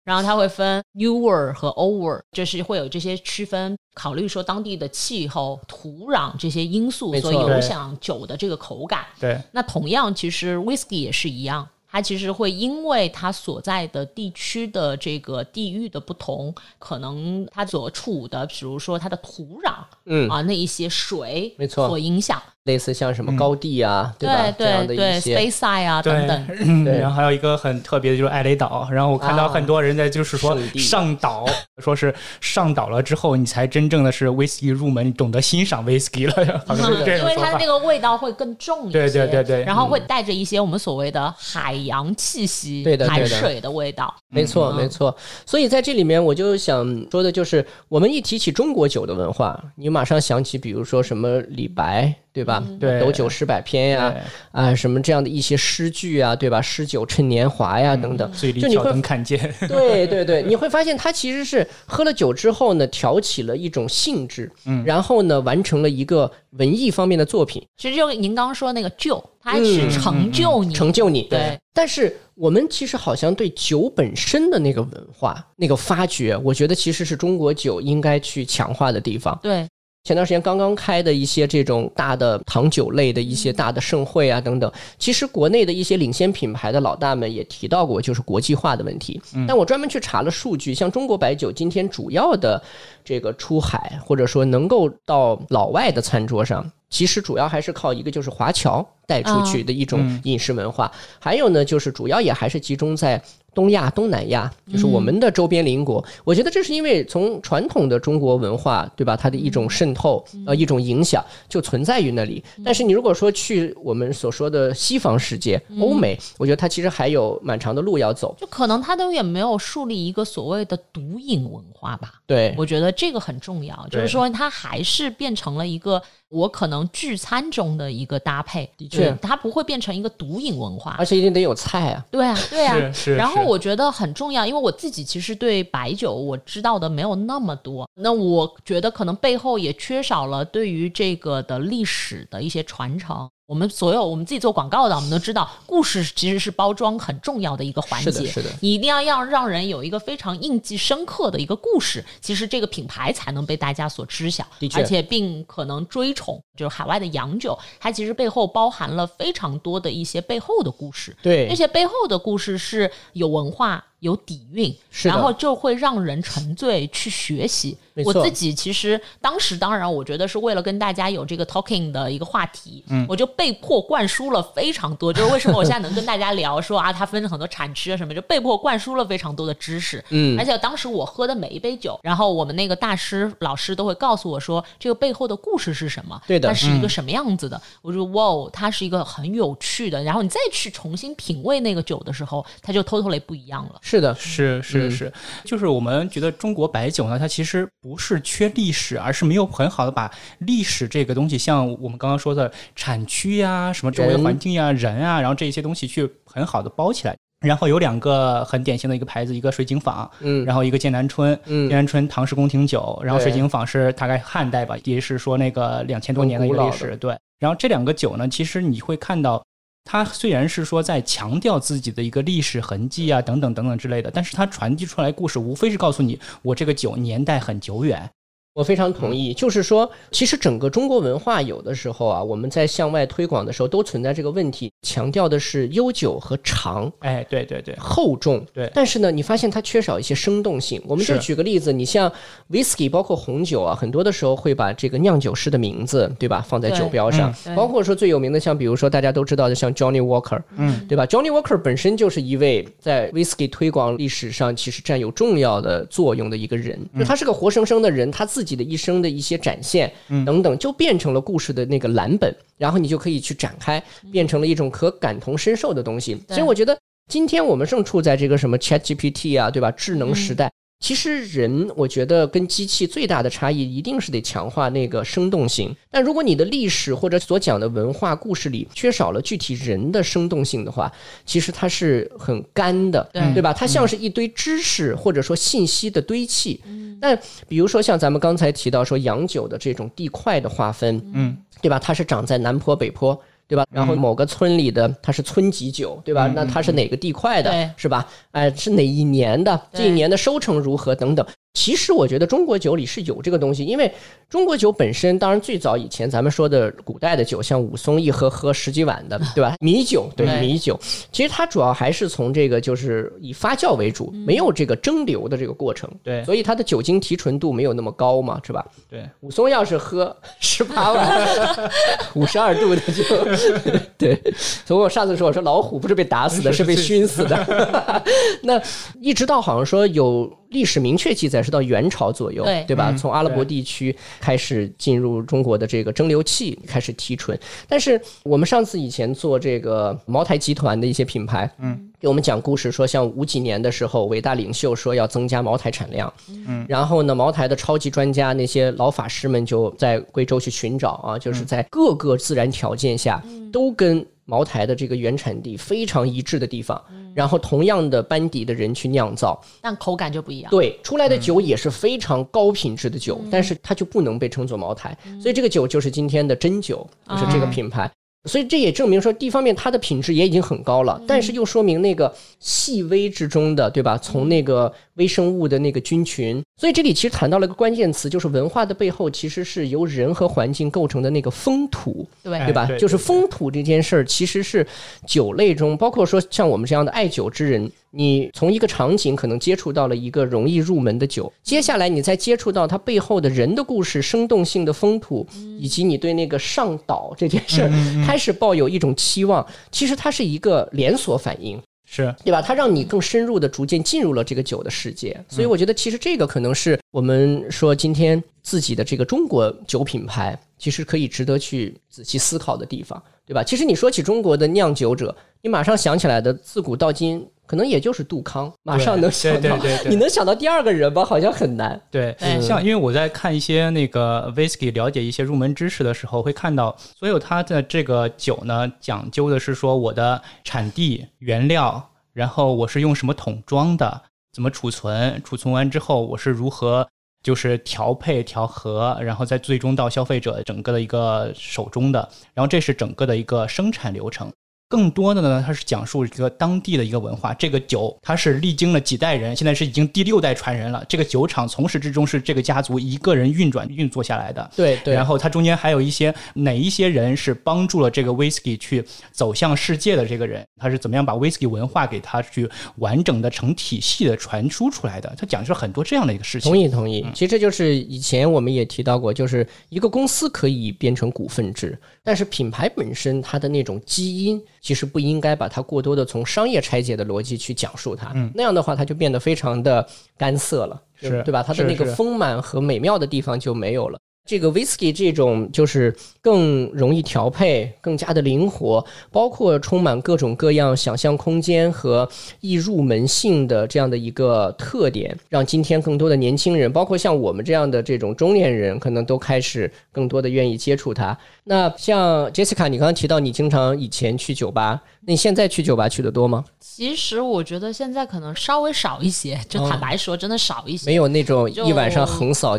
然后它会分 newer 和 older， 就是会有这些区分，考虑说当地的气候、土壤这些因素所影响酒的这个口感。 对， 那同样其实 whisky 也是一样，它其实会因为它所在的地区的这个地域的不同，可能它所处的比如说它的土壤、嗯、啊那一些水没错所影响， 类似像什么高地啊、嗯、对吧？ 对对对 Speyside 啊等等。 对，然后还有一个很特别的就是艾雷岛，然后我看到很多人在就是说上岛、啊、说是上岛了之后你才真正的是 whisky 入门，你懂得欣赏 whisky 了、嗯、 因为它那个味道会更重一些， 对对对对， 然后会带着一些我们所谓的海洋气息、 对的海水的味道。 没错、嗯、没错。所以在这里面我就想说的就是我们一提起中国酒的文化，你马上想起比如说什么李白对吧、嗯、 对， 斗酒诗百篇呀、啊，啊什么这样的一些诗句啊，对吧？诗酒趁年华呀、嗯、等等， 醉里挑灯看剑。 对对对，你会发现他其实是喝了酒之后呢，挑起了一种兴致，嗯，然后呢，完成了一个文艺方面的作品。 其实就您刚刚说那个救，它是成就你， 嗯、成就你。 对， 但是我们其实好像对酒本身的那个文化、那个发掘，我觉得其实是中国酒应该去强化的地方。 对。 前段时间刚刚开的一些这种大的糖酒类的一些大的盛会啊等等，其实国内的一些领先品牌的老大们也提到过就是国际化的问题。但我专门去查了数据，像中国白酒今天主要的这个出海或者说能够到老外的餐桌上，其实主要还是靠一个就是华侨带出去的一种饮食文化、哦嗯、还有呢就是主要也还是集中在东亚东南亚，就是我们的周边邻国、嗯、我觉得这是因为从传统的中国文化对吧，它的一种渗透、嗯、呃一种影响就存在于那里、嗯、但是你如果说去我们所说的西方世界、嗯、欧美，我觉得它其实还有蛮长的路要走， 就可能它都也没有树立一个所谓的毒饮文化吧。 对， 我觉得这个很重要，就是说它还是变成了一个我可能聚餐中的一个搭配， 的确它不会变成一个毒饮文化， 而且一定得有菜啊。 对啊对啊， 是是， 然后我觉得很重要，因为我自己其实对白酒我知道的没有那么多，那我觉得可能背后也缺少了对于这个的历史的一些传承。我们所有我们自己做广告的，我们都知道故事其实是包装很重要的一个环节， 是的是的， 你一定要让让人有一个非常印记深刻的一个故事，其实这个品牌才能被大家所知晓，而且并可能追崇。就是海外的洋酒，它其实背后包含了非常多的一些背后的故事， 对， 那些背后的故事是有文化有底蕴，然后就会让人沉醉去学习。我自己其实当时当然我觉得是为了跟大家有这个 talking 的一个话题、嗯、我就被迫灌输了非常多，就是为什么我现在能跟大家聊说啊，它分很多产区啊什么，就被迫灌输了非常多的知识。嗯，而且当时我喝的每一杯酒，然后我们那个大师老师都会告诉我说这个背后的故事是什么， 对的， 它是一个什么样子的、嗯、我说哇，它是一个很有趣的，然后你再去重新品味那个酒的时候，它就 totally 不一样了。 是的， 是是是、嗯、就是我们觉得中国白酒呢，它其实不是缺历史，而是没有很好的把历史这个东西，像我们刚刚说的产区呀、什么周围环境呀、人啊，然后这些东西去很好的包起来。然后有两个很典型的一个牌子，一个水井坊，嗯，然后一个剑南春，嗯，剑南春唐氏宫廷酒，然后水井坊是大概汉代吧，也是说那个两千多年的一个历史，对。然后这两个酒呢，其实你会看到，它虽然是说在强调自己的一个历史痕迹啊，等等等等之类的，但是它传递出来故事，无非是告诉你，我这个酒年代很久远。 我非常同意，就是说其实整个中国文化有的时候啊，我们在向外推广的时候都存在这个问题，强调的是悠久和长， 哎，对对对， 厚重， 对。 但是呢，你发现它缺少一些生动性。我们就举个例子，你像 whisky 包括红酒啊，很多的时候会把这个酿酒师的名字，对吧，放在酒标上，嗯、包括说最有名的，像比如说大家都知道的像 Johnny Walker， 嗯，对吧 ？Johnny Walker 本身就是一位在 whisky 推广历史上其实占有重要的作用的一个人，嗯、就他是个活生生的人，他自己的一生的一些展现等等，就变成了故事的那个蓝本，然后你就可以去展开，变成了一种可感同身受的东西。所以我觉得今天我们正处在这个什么 ChatGPT 啊，对吧？智能时代。嗯，其实人我觉得跟机器最大的差异一定是得强化那个生动性，但如果你的历史或者所讲的文化故事里缺少了具体人的生动性的话，其实它是很干的， 对, 对吧？它像是一堆知识或者说信息的堆砌。嗯，但比如说像咱们刚才提到说洋酒的这种地块的划分，嗯，对吧？它是长在南坡北坡， 对吧？然后某个村里的它是村级酒，对吧？嗯、那它是哪个地块的，是吧？哎，是哪一年的？这一年的收成如何等等。其实我觉得中国酒里是有这个东西，因为中国酒本身，当然最早以前咱们说的古代的酒，像武松一喝喝十几碗的，对吧？米酒，对，对米酒，其实它主要还是从这个就是以发酵为主，没有这个蒸馏的这个过程，对，所以它的酒精提纯度没有那么高嘛，是吧？ 对， 武松要是喝十八碗五十二度的酒，对，所以我上次说我说老虎不是被打死的，是被熏死的。那一直到好像说有历史明确记载是到元朝左右， 对, 对吧、嗯、从阿拉伯地区开始进入中国的这个蒸馏器开始提纯。但是我们上次以前做这个茅台集团的一些品牌，嗯，给我们讲故事说，像五几年的时候伟大领袖说要增加茅台产量，嗯，然后呢茅台的超级专家那些老法师们就在贵州去寻找啊，就是在各个自然条件下、嗯、都跟茅台的这个原产地非常一致的地方、嗯、然后同样的班底的人去酿造， 但口感就不一样， 对，出来的酒也是非常高品质的酒、嗯、但是它就不能被称作茅台、嗯、所以这个酒就是今天的真酒，就是这个品牌、嗯，所以这也证明说，一方面它的品质也已经很高了，但是又说明那个细微之中的，对吧？从那个微生物的那个菌群，所以这里其实谈到了一个关键词，就是文化的背后其实是由人和环境构成的那个风土，对对吧？就是风土这件事儿，其实是酒类中，包括说像我们这样的爱酒之人，你从一个场景可能接触到了一个容易入门的酒，接下来你再接触到它背后的人的故事、生动性的风土，以及你对那个上岛这件事儿开始抱有一种期望，其实它是一个连锁反应， 是对吧？它让你更深入的逐渐进入了这个酒的世界，所以我觉得其实这个可能是我们说今天自己的这个中国酒品牌其实可以值得去仔细思考的地方，对吧？其实你说起中国的酿酒者，你马上想起来的自古到今可能也就是杜康，马上能想到， 对对对对， 你能想到第二个人吧？好像很难。 对，嗯、像因为我在看一些那个 whisky 了解一些入门知识的时候，会看到所有它的这个酒呢，讲究的是说我的产地、原料，然后我是用什么桶装的，怎么储存，储存完之后我是如何就是调配调和，然后再最终到消费者整个的一个手中的，然后这是整个的一个生产流程。更多的呢，它是讲述一个当地的一个文化，这个酒它是历经了几代人，现在是已经第六代传人了，这个酒厂从始至终是这个家族一个人运转运作下来的， 对对。 然后它中间还有一些哪一些人是帮助了这个 whisky 去走向世界的，这个人他是怎么样把 whisky 文化给他去完整的成体系的传输出来的，他讲的是很多这样的一个事情。 同意同意、嗯、其实这就是以前我们也提到过，就是一个公司可以变成股份制，但是品牌本身它的那种基因其实不应该把它过多的从商业拆解的逻辑去讲述它、嗯、那样的话它就变得非常的干涩了， 是对吧？它的那个丰满和美妙的地方就没有了。这个 whisky 这种就是更容易调配，更加的灵活，包括充满各种各样想象空间和易入门性的这样的一个特点，让今天更多的年轻人，包括像我们这样的这种中年人，可能都开始更多的愿意接触它。那像 Jessica 你刚刚提到你经常以前去酒吧，那你现在去酒吧去的多吗？ 其实我觉得现在可能稍微少一些，就坦白说真的少一些、哦、 没有那种一晚上横扫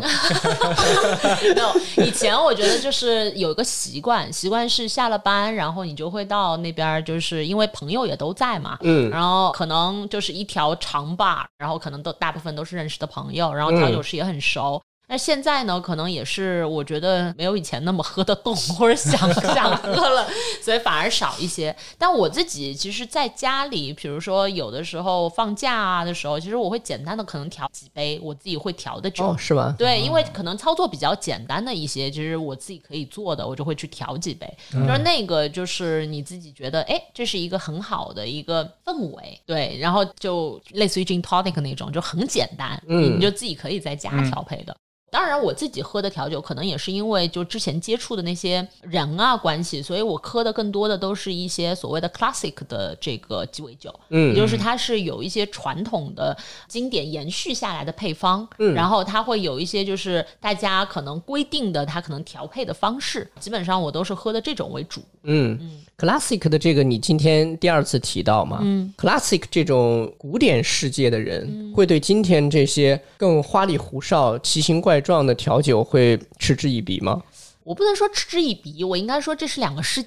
no, 以前我觉得就是有一个习惯习惯是下了班然后你就会到那边，就是因为朋友也都在嘛，嗯，然后可能就是一条长吧，然后可能都大部分都是认识的朋友，然后调酒师也很熟、嗯，那现在呢可能也是我觉得没有以前那么喝得动或者想想喝了，所以反而少一些。但我自己其实在家里比如说有的时候放假啊的时候，其实我会简单的可能调几杯我自己会调的酒、 哦、是吗？ 对，因为可能操作比较简单的一些就是我自己可以做的，我就会去调几杯、嗯、就是那个就是你自己觉得哎，这是一个很好的一个氛围，对，然后就类似于 gin tonic 那种就很简单、嗯、你就自己可以在家调配的、嗯，当然我自己喝的调酒可能也是因为就之前接触的那些人啊关系，所以我喝的更多的都是一些所谓的 classic 的这个鸡尾酒，嗯，也就是它是有一些传统的经典延续下来的配方、嗯、然后它会有一些就是大家可能规定的它可能调配的方式，基本上我都是喝的这种为主。 嗯, 嗯 classic 的这个你今天第二次提到嘛、嗯、classic 这种古典世界的人、嗯、会对今天这些更花里胡哨奇形怪状的调酒会嗤之以鼻吗？ 我不能说嗤之以鼻，我应该说这是两个世界。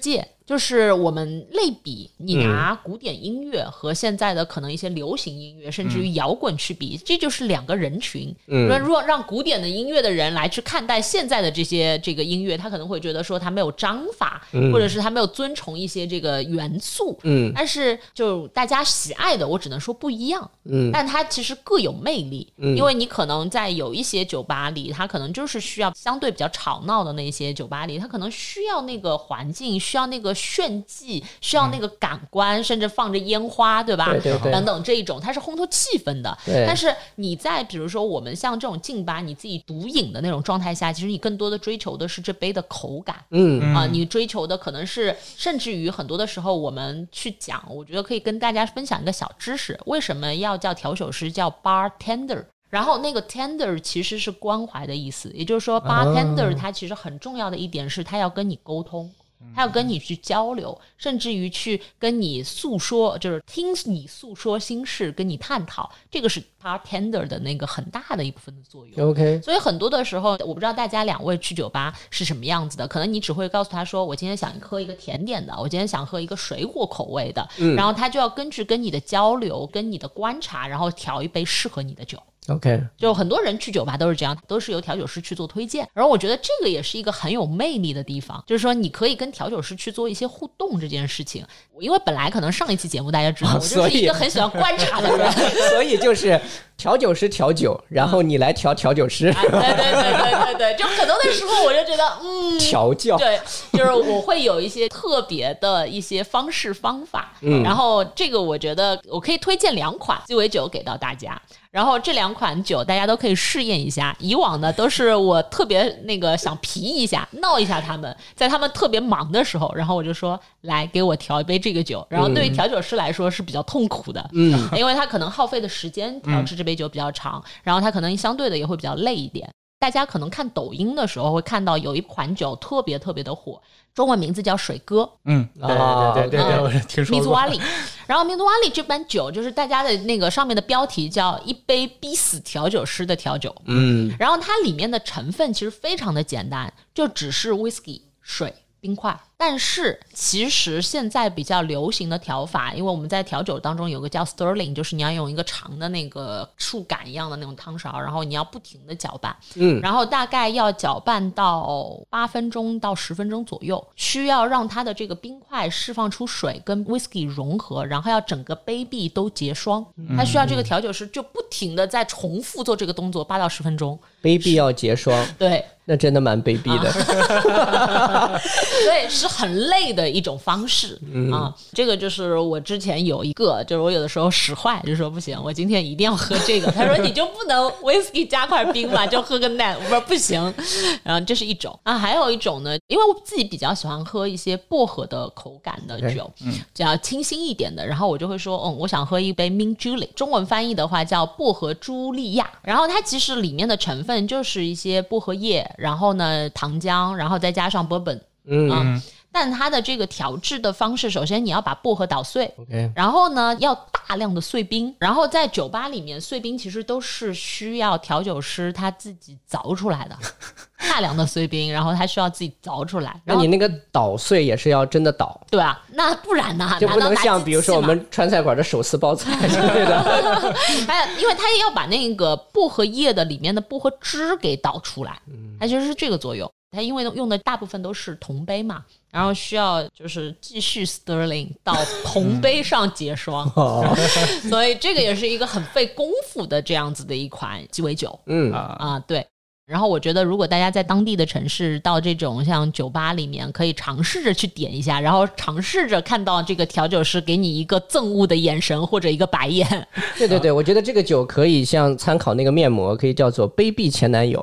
就是我们类比，你拿古典音乐和现在的可能一些流行音乐，嗯、甚至于摇滚去比，这就是两个人群。嗯，如果让古典的音乐的人来去看待现在的这些这个音乐，他可能会觉得说他没有章法，嗯、或者是他没有遵从一些这个元素。嗯，但是就大家喜爱的，我只能说不一样。嗯，但它其实各有魅力。嗯，因为你可能在有一些酒吧里，它可能就是需要相对比较吵闹的那些酒吧里，它可能需要那个环境，需要那个炫技，需要那个感官，嗯、甚至放着烟花，对吧？ 对对对， 等等这一种，它是烘托气氛的。但是你在比如说我们像这种静吧，你自己独饮的那种状态下，其实你更多的追求的是这杯的口感。嗯啊、呃，你追求的可能是，甚至于很多的时候我们去讲，我觉得可以跟大家分享一个小知识：为什么要叫调酒师叫 bartender？然后那个 tender 其实是关怀的意思，也就是说 bartender 它其实很重要的一点是他要跟你沟通，他要跟你去交流，甚至于去跟你诉说，就是听你诉说心事，跟你探讨，这个是 bartender 的那个很大的一部分的作用。 OK， 所以很多的时候我不知道大家两位去酒吧是什么样子的，可能你只会告诉他说我今天想喝一个甜点的，我今天想喝一个水果口味的、嗯、然后他就要根据跟你的交流跟你的观察，然后调一杯适合你的酒。 OK， 就很多人去酒吧都是这样，都是由调酒师去做推荐，然后我觉得这个也是一个很有魅力的地方，就是说你可以跟调酒师去做一些互动这件事情。因为本来可能上一期节目大家知道、哦、我就是一个很喜欢观察的人， 所以就是调酒师调酒，然后你来调调酒师、 啊、对对对对对对，就很多的时候我就觉得嗯， 调教， 对，就是我会有一些特别的一些方式方法、嗯、然后这个我觉得我可以推荐两款鸡尾酒给到大家，然后这两款酒大家都可以试验一下。以往呢都是我特别那个想皮一下闹一下他们，在他们特别忙的时候，然后我就说来给我调一杯这个酒，然后对于调酒师来说是比较痛苦的，嗯，因为他可能耗费的时间调制这杯酒比较长、嗯、然后他可能相对的也会比较累一点。大家可能看抖音的时候会看到有一款酒特别特别的火，中文名字叫水哥。 嗯，对对对对对，我听说过。 Mizwali， 然后 Mizwali 这版酒就是大家的那个上面的标题叫一杯逼死调酒师的调酒。嗯，然后它里面的成分其实非常的简单，就只是 whisky、水、冰块。但是其实现在比较流行的调法，因为我们在调酒当中有个叫 Sterling， 就是你要用一个长的那个树杆一样的那种汤勺，然后你要不停的搅拌，嗯，然后大概要搅拌到八分钟到十分钟左右，需要让它的这个冰块释放出水跟 whisky 融合，然后要整个杯壁都结霜，它需要这个调酒师就不停的在重复做这个动作八到十分钟， 杯壁要结霜， 对， 那真的蛮卑鄙的、 啊、对，是很累的一种方式、嗯、啊。这个就是我之前有一个，就是我有的时候使坏，就说不行，我今天一定要喝这个。他说你就不能 whisky 加块冰嘛，就喝个奶。我说不行。然后这是一种啊，还有一种呢，因为我自己比较喜欢喝一些薄荷的口感的酒，嗯，比较清新一点的，然后我就会说，嗯，我想喝一杯 Mint Julep， 中文翻译的话叫薄荷茱莉亚。然后它其实里面的成分就是一些薄荷叶，然后呢糖浆，然后再加上 bourbon， 嗯。嗯，但它的这个调制的方式，首先你要把薄荷捣碎， okay. 然后呢要大量的碎冰，然后在酒吧里面碎冰其实都是需要调酒师他自己凿出来的大量的碎冰，然后他需要自己凿出来。 那你那个捣碎也是要真的捣， 对啊，那不然呢？ 就不能像比如说我们川菜馆的手撕包菜之类的还有因为他也要把那个薄荷叶的里面的薄荷汁给捣出来，它其实是这个作用。它因为用的大部分都是铜杯嘛，然后需要就是继续 Sterling 到铜杯上结霜所以这个也是一个很费功夫的这样子的一款鸡尾酒。嗯啊，对。然后我觉得如果大家在当地的城市到这种像酒吧里面，可以尝试着去点一下，然后尝试着看到这个调酒师给你一个憎恶的眼神或者一个白眼。 对对对，我觉得这个酒可以像参考那个面膜，可以叫做卑鄙前男友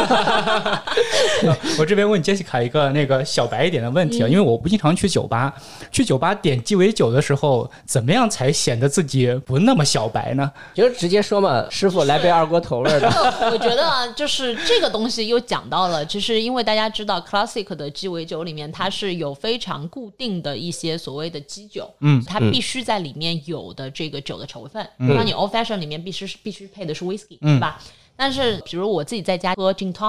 我这边问杰西卡一个那个小白一点的问题啊、嗯，因为我不经常去酒吧，去酒吧点鸡尾酒的时候，怎么样才显得自己不那么小白呢？ 就直接说嘛，师傅来杯二锅头味的。 我觉得啊，就是这个东西又讲到了，就是因为大家知道 classic 的鸡尾酒里面它是有非常固定的一些所谓的基酒，嗯，它必须在里面有的这个酒的成分，嗯，那你 old fashion 里面必须必须配的是 whisky，嗯，对吧？但是比如我自己在家喝 gin tonic，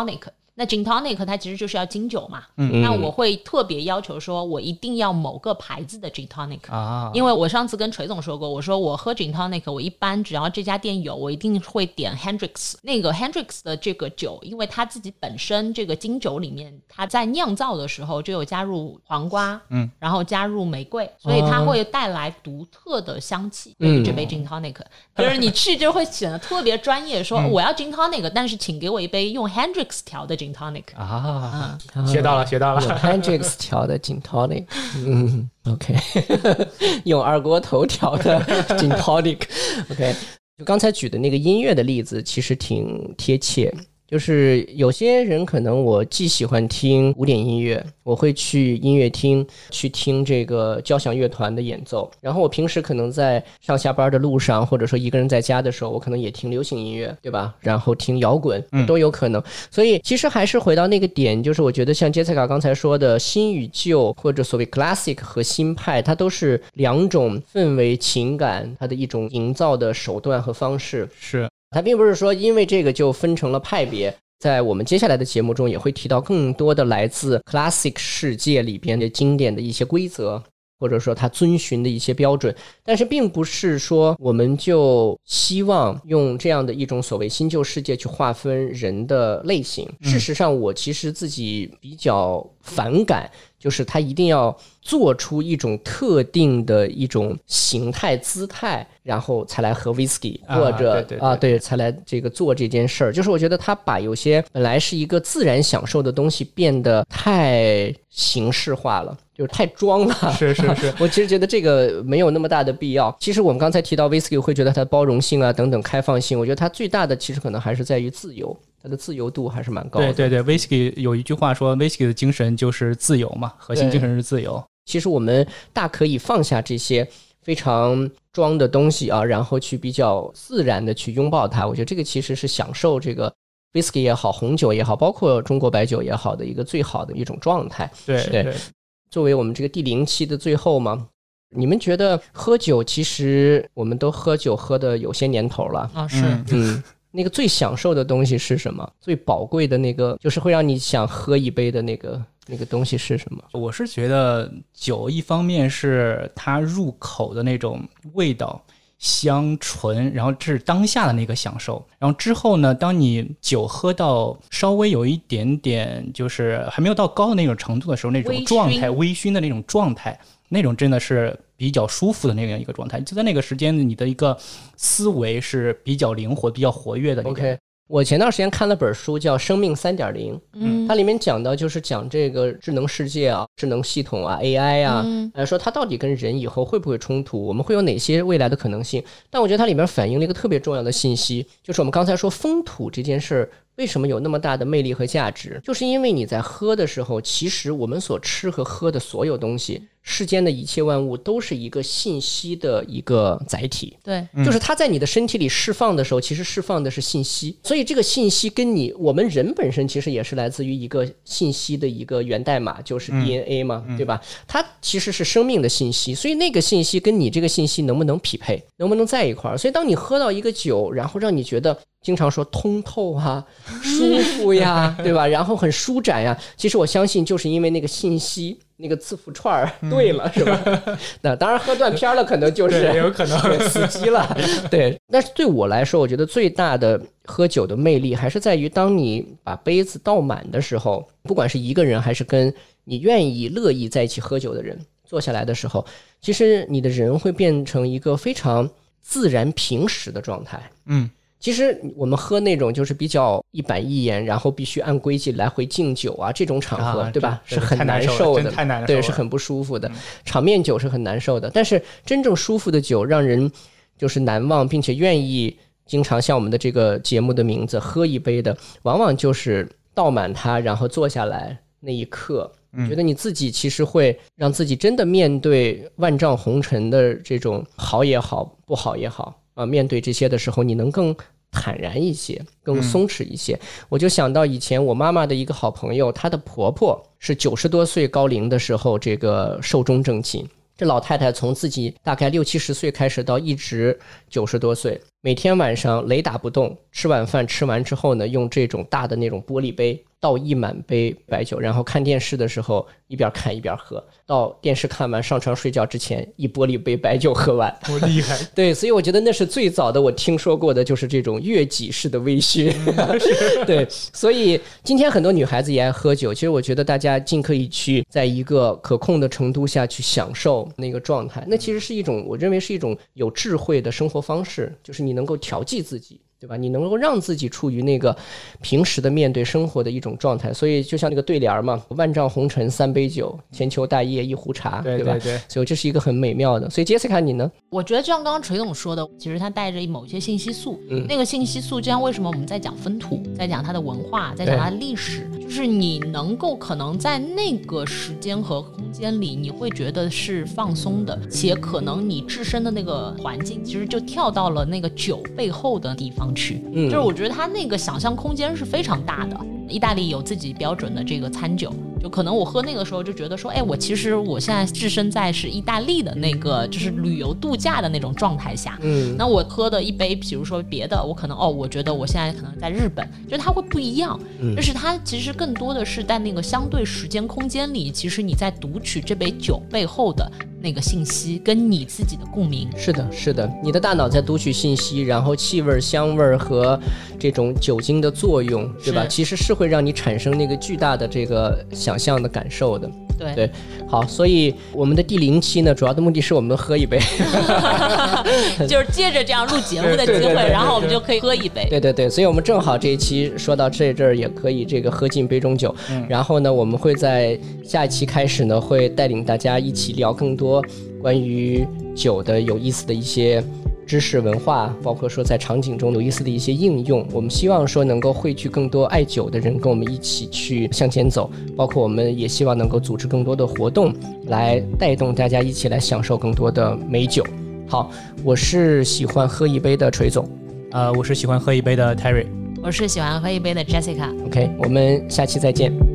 那 Gin Tonic 它其实就是要金酒嘛，嗯，那我会特别要求说我一定要某个牌子的 Gin Tonic 啊，因为我上次跟锤总说过，我说我喝 Gin Tonic 我一般只要这家店有，我一定会点 Hendrix 那个 Hendrix 的这个酒，因为它自己本身这个金酒里面它在酿造的时候就有加入黄瓜，嗯，然后加入玫瑰，所以它会带来独特的香气对于这杯 Gin Tonic，嗯，就是你去就会显得特别专业，说我要 Gin Tonic， 但是请给我一杯用 Hendrix 调的 Gin Tonic 啊，嗯，学到了学到了 Hendrix 调的 Gin Tonic， 嗯 OK 用二锅头调的 Gin Tonic OK， 就刚才举的那个音乐的例子其实挺贴切，就是有些人可能我既喜欢听古典音乐，我会去音乐厅去听这个交响乐团的演奏，然后我平时可能在上下班的路上，或者说一个人在家的时候，我可能也听流行音乐，对吧？然后听摇滚都有可能，嗯，所以其实还是回到那个点，就是我觉得像杰西卡刚才说的新与旧，或者所谓 classic 和新派，它都是两种氛围情感它的一种营造的手段和方式， 是它并不是说因为这个就分成了派别，在我们接下来的节目中也会提到更多的来自 classic 世界里边的经典的一些规则，或者说它遵循的一些标准，但是并不是说我们就希望用这样的一种所谓新旧世界去划分人的类型，事实上我其实自己比较反感，就是它一定要做出一种特定的一种形态姿态，然后才来喝 whisky， 或者、啊、对, 对, 对, 啊对才来这个做这件事儿。就是我觉得他把有些本来是一个自然享受的东西变得太形式化了，就是太装了。 是是是， 我其实觉得这个没有那么大的必要。其实我们刚才提到 whisky， 我会觉得它的包容性啊等等开放性，我觉得它最大的其实可能还是在于自由。它的自由度还是蛮高的。 对对对 ，whisky 有一句话说 ，whisky 的精神就是自由嘛，核心精神是自由。 其实我们大可以放下这些非常装的东西啊，然后去比较自然的去拥抱它。我觉得这个其实是享受这个 whisky 也好，红酒也好，包括中国白酒也好的一个最好的一种状态。 对 对, 对，作为我们这个第零期的最后嘛。你们觉得喝酒，其实我们都喝酒喝的有些年头了啊，是， 嗯，那个最享受的东西是什么？最宝贵的那个，就是会让你想喝一杯的那个那个东西是什么？ 我是觉得酒一方面是它入口的那种味道香醇，然后这是当下的那个享受，然后之后呢，当你酒喝到稍微有一点点就是还没有到高的那种程度的时候，那种状态微醺的那种状态，那种真的是比较舒服的那样一个状态，就在那个时间你的一个思维是比较灵活比较活跃的。 OK， 我前段时间看了本书叫《生命 三点零》，嗯，它里面讲到就是讲这个智能世界啊，智能系统啊 A I 啊，嗯，说它到底跟人以后会不会冲突，我们会有哪些未来的可能性。但我觉得它里面反映了一个特别重要的信息，就是我们刚才说风土这件事为什么有那么大的魅力和价值，就是因为你在喝的时候，其实我们所吃和喝的所有东西，世间的一切万物都是一个信息的一个载体。 对， 就是它在你的身体里释放的时候，其实释放的是信息，所以这个信息跟你我们人本身其实也是来自于一个信息的一个源代码，就是 D N A 嘛，嗯，对吧？它其实是生命的信息，所以那个信息跟你这个信息能不能匹配，能不能在一块儿？所以当你喝到一个酒，然后让你觉得经常说通透啊，舒服呀，对吧？然后很舒展呀，其实我相信就是因为那个信息那个字符串对了，嗯，是吧？那当然喝断片了可能就是有可能死机了。对，但是对我来说，我觉得最大的喝酒的魅力还是在于当你把杯子倒满的时候，不管是一个人还是跟你愿意乐意在一起喝酒的人坐下来的时候，其实你的人会变成一个非常自然平实的状态。嗯，其实我们喝那种就是比较一板一眼，然后必须按规矩来回敬酒啊，这种场合，啊，对吧？ 对， 是很难受的， 太难受了， 对，是很不舒服的，嗯。场面酒是很难受的，但是真正舒服的酒，让人就是难忘，并且愿意经常像我们的这个节目的名字喝一杯的，往往就是倒满它，然后坐下来那一刻。嗯，觉得你自己其实会让自己真的面对万丈红尘的这种好也好不好也好啊，面对这些的时候你能更坦然一些，更松弛一些。嗯，我就想到以前我妈妈的一个好朋友，她的婆婆是九十多岁高龄的时候这个寿终正寝，这老太太从自己大概六七十岁开始到一直九十多岁， 每天晚上雷打不动，吃晚饭吃完之后呢，用这种大的那种玻璃杯倒一满杯白酒，然后看电视的时候一边看一边喝，到电视看完上床睡觉之前一玻璃杯白酒喝完。 我厉害。 对，所以我觉得那是最早的我听说过的，就是这种悦己式的微醺。对，所以今天很多女孩子也爱喝酒，其实我觉得大家尽可以去在一个可控的程度下去享受那个状态，那其实是一种我认为是一种有智慧的生活方式，就是你能够调剂自己，对吧？你能够让自己处于那个平时的面对生活的一种状态。所以就像那个对联嘛，万丈红尘三杯酒，千秋大业一壶茶， 对吧？ 对对， 所以这是一个很美妙的。所以 Jessica 你呢？ 我觉得就像刚刚锤总说的，其实它带着某些信息素、嗯、那个信息素就像为什么我们在讲风土，在讲它的文化，在讲它的历史，就是你能够可能在那个时间和空间里你会觉得是放松的，且可能你置身的那个环境其实就跳到了那个酒背后的地方去、嗯、就是我觉得它那个想象空间是非常大的。意大利有自己标准的这个餐酒，就可能我喝那个时候就觉得说，哎，我其实我现在置身在是意大利的那个就是旅游度假的那种状态下，嗯，那我喝的一杯比如说别的，我可能哦我觉得我现在可能在日本，就它会不一样、嗯、就是它其实更多的是在那个相对时间空间里，其实你在读取这杯酒背后的那个信息跟你自己的共鸣。 是的是的，你的大脑在读取信息，然后气味香味和这种酒精的作用，对吧？其实是会让你产生那个巨大的这个想象的感受的。 对对，好，所以我们的第零期呢，主要的目的是我们喝一杯， 就是借着这样录节目的机会，对对对对对，然后我们就可以喝一杯。 对对对，所以我们正好这一期说到这这儿，也可以这个喝进杯中酒、嗯。然后呢，我们会在下一期开始呢，会带领大家一起聊更多关于酒的有意思的一些知识文化，包括说在场景中有意思的一些应用。我们希望说能够汇聚更多爱酒的人跟我们一起去向前走，包括我们也希望能够组织更多的活动来带动大家一起来享受更多的美酒。好，我是喜欢喝一杯的锤总， 呃，我是喜欢喝一杯的 Terry， 我是喜欢喝一杯的 Jessica。 OK， 我们下期再见。